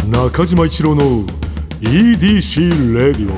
中島一郎の EDC レディオ。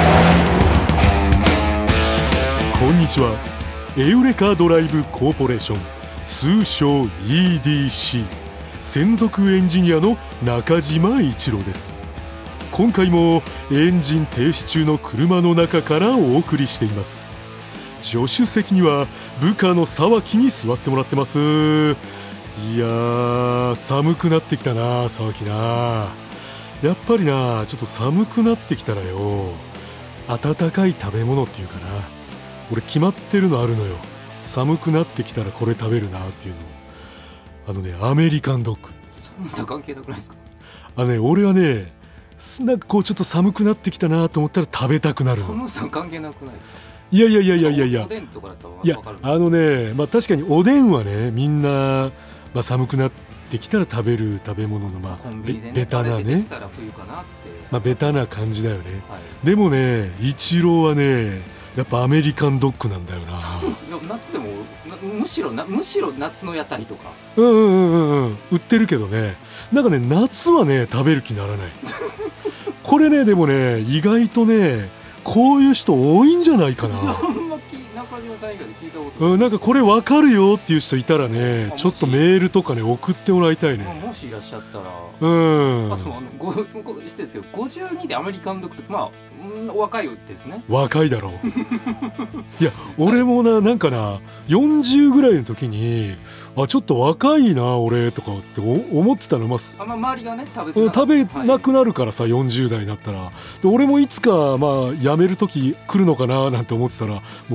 こんにちは。エウレカドライブコーポレーション、通称 EDC 専属エンジニアの中島一郎です。今回もエンジン停止中の車の中からお送りしています。助手席には部下の沢木に座ってもらってます。いやー、寒くなってきたな沢木な。やっぱりな、ちょっと寒くなってきたらよ、温かい食べ物っていうかな、俺決まってるのあるのよ。寒くなってきたらこれ食べるなっていうの。アメリカンドッグ。 寒さ関係なくないですか？ 俺はね、なんかこうちょっと寒くなってきたなと思ったら食べたくなるの。 寒さ関係なくないですか？ いやおでんとかだったら分かる。 確かにおでんはね、みんな、寒くなってきたら食べる食べ物のコンビニでね、 ベタなね、 たら冬かなって、 ベタな感じだよね、 はい、 でもね、イチローはね、やっぱアメリカンドッグなんだよな。 夏でもむしろ夏の屋台とか売ってるけどね、なんかね、夏はね食べる気にならないこれね、でもね、意外とねこういう人多いんじゃないかな中島さん以外で聞いたことない。 なんかこれ分かるよっていう人いたらね、ちょっとメールとかね送ってもらいたいね。 もしいらっしゃったら、 でも失礼ですけど、52でアメリカンドッグって、お若いですね。 若いだろういや、俺もなんかな、40ぐらいの時に、ちょっと若いな俺とかって思ってたの。 周りがね食べなくなるからさ、40代になったら。で、俺もいつか辞める時来るのかななんて思ってたら、もう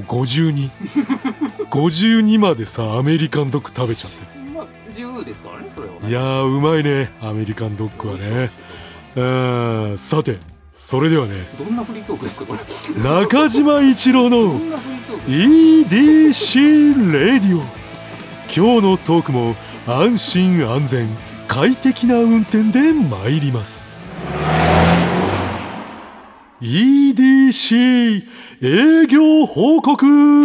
52までさ、アメリカンドッグ食べちゃってる。 自由ですからね、それは、ね。 いやー、うまいね、アメリカンドッグはね。さて、それではね、 どんなフリートークですかこれ。 中島一郎の EDC レディオ。今日のトークも安心安全快適な運転で参ります。 EDC 営業報告。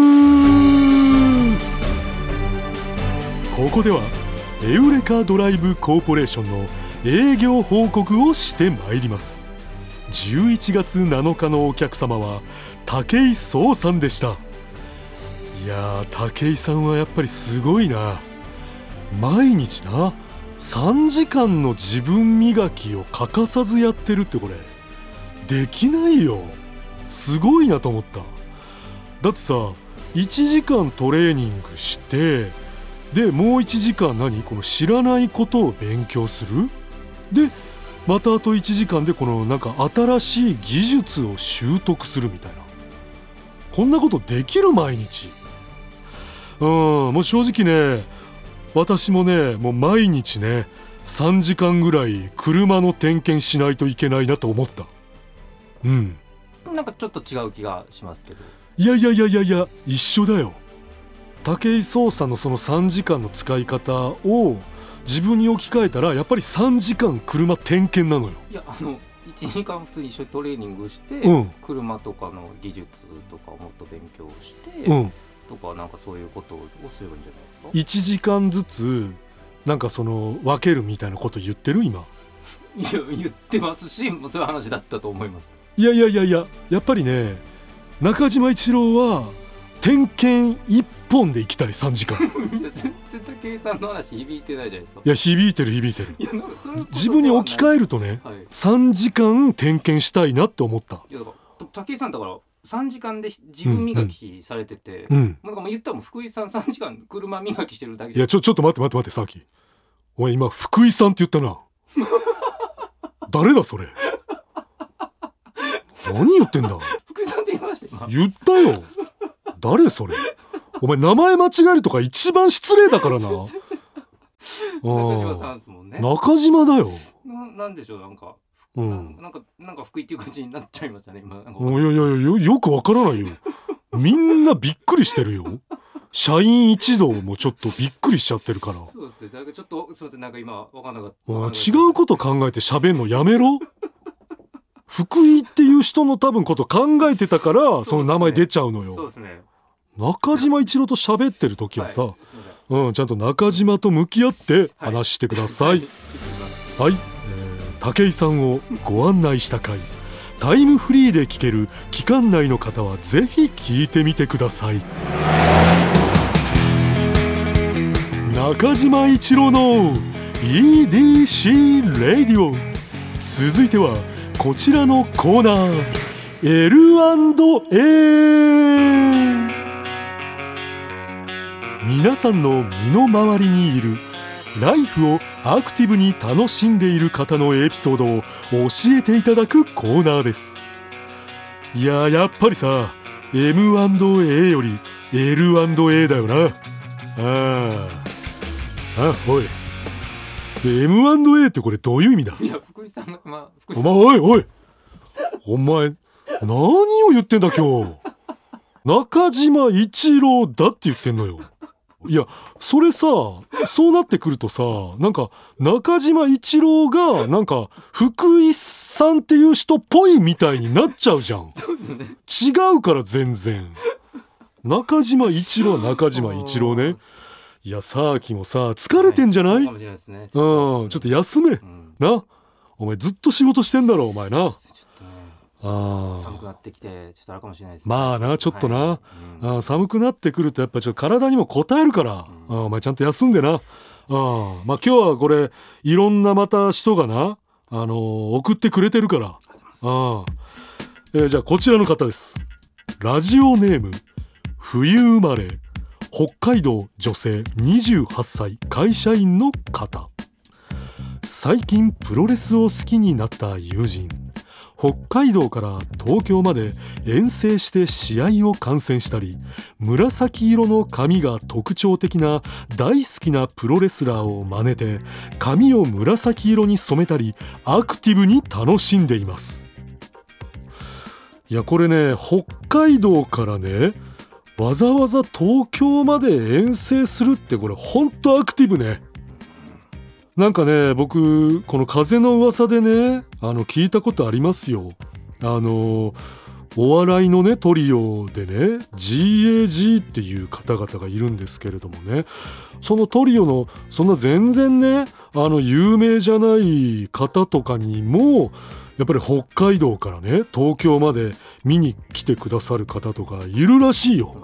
ここではエウレカドライブコーポレーションの営業報告をしてまいります。11月7日のお客様は武井壮さんでした。いやー、武井さんはやっぱりすごいな。毎日な、3時間の自分磨きを欠かさずやってるって、これできないよ。すごいなと思った。だってさ、1時間トレーニングして、でもう1時間この知らないことを勉強する。でまたあと1時間でこのなんか新しい技術を習得するみたいな、こんなことできる毎日。もう正直ね、私もね、もう毎日ね3時間ぐらい車の点検しないといけないなと思った。 なんかちょっと違う気がしますけど。 いや一緒だよ。武井壮さんのその3時間の使い方を自分に置き換えたら、やっぱり3時間車点検なのよ。 いや、1時間普通に一緒にトレーニングして、車とかの技術とかをもっと勉強して、とか、なんかそういうことをすればいいんじゃないですか。 1時間ずつなんかその分けるみたいなこと言ってる今。 いや、言ってますし、そういう話だったと思います。 いややっぱりね、中島一郎は点検1本で行きたい。3時間いや、全然武井さんの話響いてないじゃないですか。 いや、響いてる。 いや、なんか自分に置き換えるとね、3時間点検したいなって思った。 いや、だから武井さんだから3時間で自分磨きされてて、なんか言ったらもう福井さん3時間車磨きしてるだけじゃん。 いや、ちょっと待ってさっきお前今福井さんって言ったな誰だそれ何言ってんだ。 福井さんって言いました今。 言ったよ。誰それ。お前名前間違えるとか一番失礼だからな中島さんですもんね。 中島だよ。 なんでしょう、なんか福井っていう感じになっちゃいましたね今。いやよくわからないよ。みんなびっくりしてるよ。社員一同もちょっとびっくりしちゃってるから。 そうですね。なんかちょっとすみません、なんか今わかんなかった。 違うこと考えて喋んのやめろ。福井っていう人の多分こと考えてたからその名前出ちゃうのよ。 そうですね。 中島一郎と喋ってる時はさ、ちゃんと中島と向き合って話してください。はい、 武井さんをご案内した回、タイムフリーで聴ける期間内の方はぜひ聴いてみてください。中島一郎の EDC レディオ、続いてはこちらのコーナー L&A。 皆さんの身の回りにいるライフをアクティブに楽しんでいる方のエピソードを教えていただくコーナーです。いややっぱりさ M&A より L&A だよな。おい M&A ってこれどういう意味だ。 いや福井さんが福井さんお前何を言ってんだ今日。中島一郎だって言ってんのよ。いやそれさ、そうなってくるとさ、なんか中島一郎がなんか福井さんっていう人っぽいみたいになっちゃうじゃん。 そうですね、 違うから全然。中島一郎は中島一郎ね。いやさあきもさ疲れてんじゃない？ かもしれないですね。 ちょっと休め、な。お前ずっと仕事してんだろお前な。 寒くなってきてちょっとあるかもしれないですね。 まあなちょっとな、寒くなってくるとやっぱちょっと体にも応えるから、お前ちゃんと休んでな。まあ今日はこれいろんなまた人がな送ってくれてるから。じゃあこちらの方です。ラジオネーム冬生まれ北海道女性28歳会社員の方。最近プロレスを好きになった友人、北海道から東京まで遠征して試合を観戦したり、紫色の髪が特徴的な大好きなプロレスラーを真似て髪を紫色に染めたりアクティブに楽しんでいます。いやこれね、北海道からねわざわざ東京まで遠征するってこれほんとアクティブね。なんかね僕この風の噂でね聞いたことありますよ。お笑いのねトリオでね GAG っていう方々がいるんですけれどもね、そのトリオのそんな全然ね有名じゃない方とかにもやっぱり北海道からね東京まで見に来てくださる方とかいるらしいよ。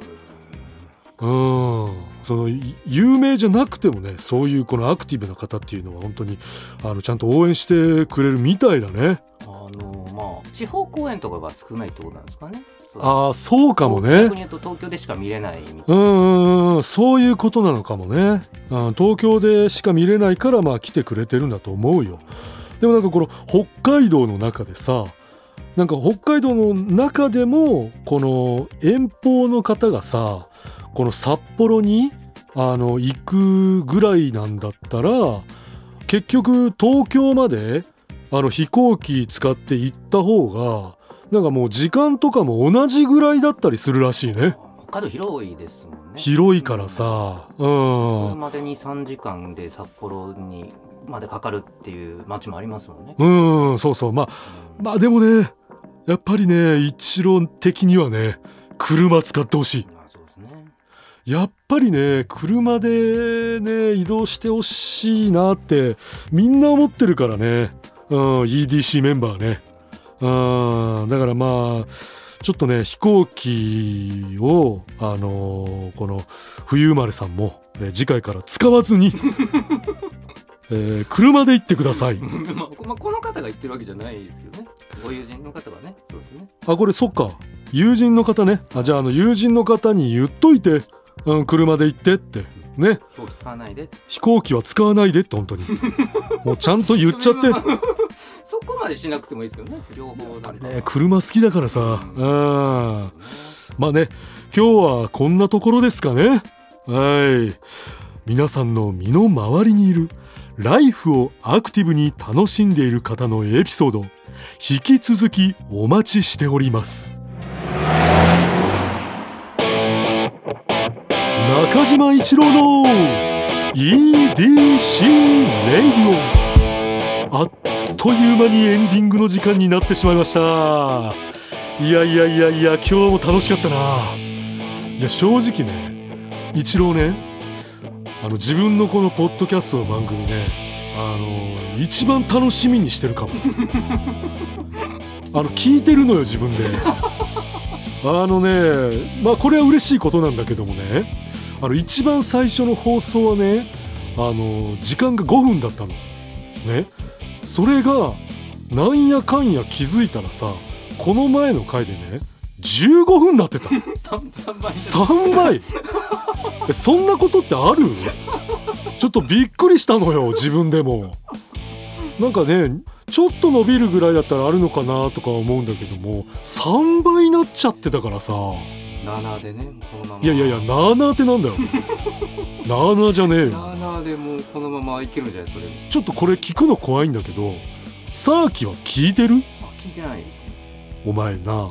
その有名じゃなくてもねそういうこのアクティブな方っていうのは本当にちゃんと応援してくれるみたいだね。 地方公演とかが少ないってことなんですかね。 そうかもね。 逆に言うと東京でしか見れないみたいな。 そういうことなのかもね。東京でしか見れないから来てくれてるんだと思うよ。でもなんかこの北海道の中でさ、なんか北海道の中でもこの遠方の方がさこの札幌に行くぐらいなんだったら結局東京まで飛行機使って行った方がなんかもう時間とかも同じぐらいだったりするらしいね。 北海道広いですもんね。 広いからさ、 車で 2,3 時間で札幌にまでかかるっていう街もありますもんね。 そうそう。まあでもねやっぱりね一郎的にはね車使ってほしい。 そうですね。 やっぱりね車でね移動してほしいなってみんな思ってるからね、EDC メンバーね。だからちょっとね飛行機をこの冬生まれさんも、次回から使わずに車で行ってください。 この方が言ってるわけじゃないですけどね。ご友人の方がね。そうですね。 これそっか友人の方ね。じゃあ友人の方に言っといて、車で行ってってね。 飛行機使わないで。 飛行機は使わないでって本当にもうちゃんと言っちゃってそこまでしなくてもいいですよね。両方なんで、 車好きだからさ。まあね今日はこんなところですかね。皆さんの身の回りにいるライフをアクティブに楽しんでいる方のエピソード引き続きお待ちしております。中島一郎の EDC レイディオ、あっという間にエンディングの時間になってしまいました。いや今日も楽しかったな。いや正直ね一郎ね自分のこのポッドキャストの番組ね一番楽しみにしてるかも聞いてるのよ自分でまあこれは嬉しいことなんだけどもね、一番最初の放送はね時間が5分だったのね。それがなんやかんや気づいたらさ、この前の回でね15分になってた3倍そんなことってある？ちょっとびっくりしたのよ自分でも。なんかねちょっと伸びるぐらいだったらあるのかなとか思うんだけども、3倍になっちゃってたからさ。 7でね、このまま。 いや7ってなんだよ7じゃねえよ。 7でもうこのままいけるんじゃない？それちょっとこれ聞くの怖いんだけど、サーキは聞いてる？ 聞いてないですね。 お前な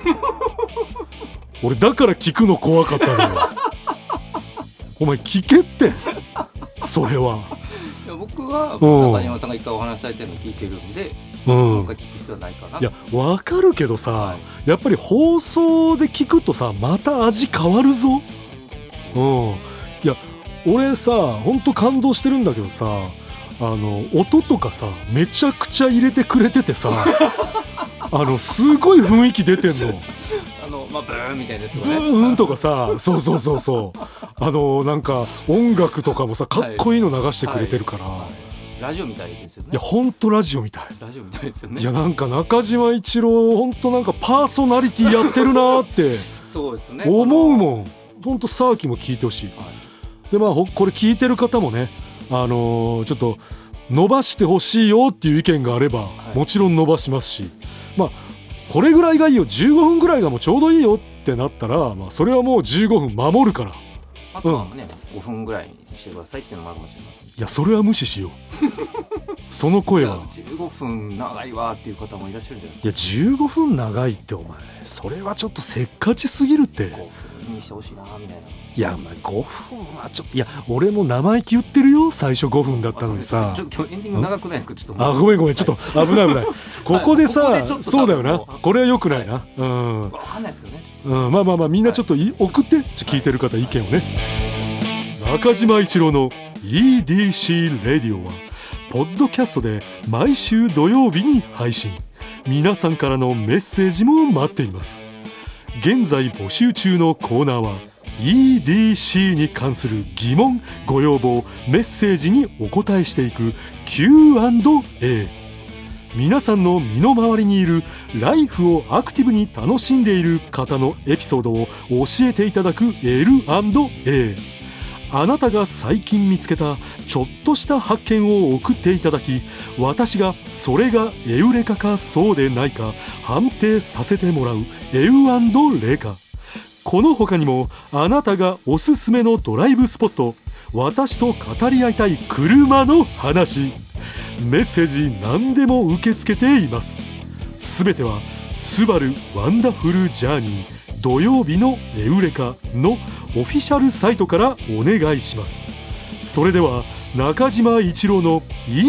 俺だから聞くの怖かったのよお前聞けってそれは。 いや僕は中島さんが一回お話しされてるの聞いてるんで、もう一回聞く必要はないかな。 いやわかるけどさ、 はい、 やっぱり放送で聞くとさまた味変わるぞ。いや俺さほんと感動してるんだけどさ、音とかさめちゃくちゃ入れてくれててさすごい雰囲気出てんのブーンみたいなやつブーンとかさ、そうなんか音楽とかもさかっこいいの流してくれてるから、 ラジオみたいですよね。 いやほんとラジオみたい。 ラジオみたいですよね。 いやなんか中島一郎ほんとなんかパーソナリティやってるなってそうですね、 思うもん。ほんとサーキも聞いてほしい、でまあこれ聞いてる方もねちょっと伸ばしてほしいよっていう意見があれば、もちろん伸ばしますし、まあこれぐらいがいいよ15分ぐらいがもうちょうどいいよってなったら、まあ、それはもう15分守るから。 あとはね、5分ぐらいにしてくださいっていうのもあるかもしれません。 いやそれは無視しようその声は。 15分長いわっていう方もいらっしゃるんじゃないですか。 いや15分長いってお前それはちょっとせっかちすぎるって。 5分にしてほしいなみたいな。 いやまあ5分はちょっと、いや俺も生意気言ってるよ最初5分だったのにさ。 ちょっと今日エンディング長くないですか？ちょっとごめんちょっと危ないここでさ、そうだよな、これは良くないな。分かんないですけどね。 まあみんなちょっと送って聞いてる方意見をね。中島一郎の EDC レディオはポッドキャストで毎週土曜日に配信。皆さんからのメッセージも待っています。現在募集中のコーナーは EDC に関する疑問ご要望メッセージにお答えしていく Q&A。 皆さんの身の回りにいるライフをアクティブに楽しんでいる方のエピソードを教えていただく L&A。 あなたが最近見つけたちょっとした発見を送っていただき、私がそれがエウレカかそうでないか判定させてもらうエウ&レカ。この他にもあなたがおすすめのドライブスポット、私と語り合いたい車の話、メッセージ何でも受け付けています。すべてはスバルワンダフルジャーニー土曜日のエウレカのオフィシャルサイトからお願いします。それでは中島一郎の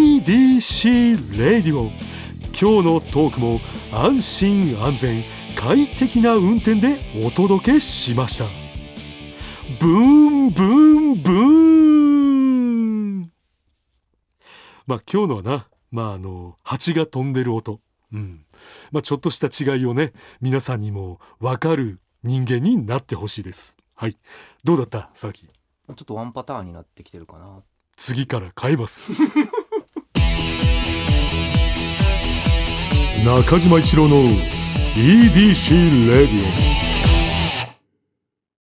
EDC レディオ、今日のトークも安心安全快適な運転でお届けしました。ブーンブーンブーン。まあ今日のはな、蜂が飛んでる音、ちょっとした違いをね皆さんにも分かる人間になってほしいです。はい、どうだったさき？ちょっとワンパターンになってきてるかな。 次から変えます中島一郎の EDC レディオ。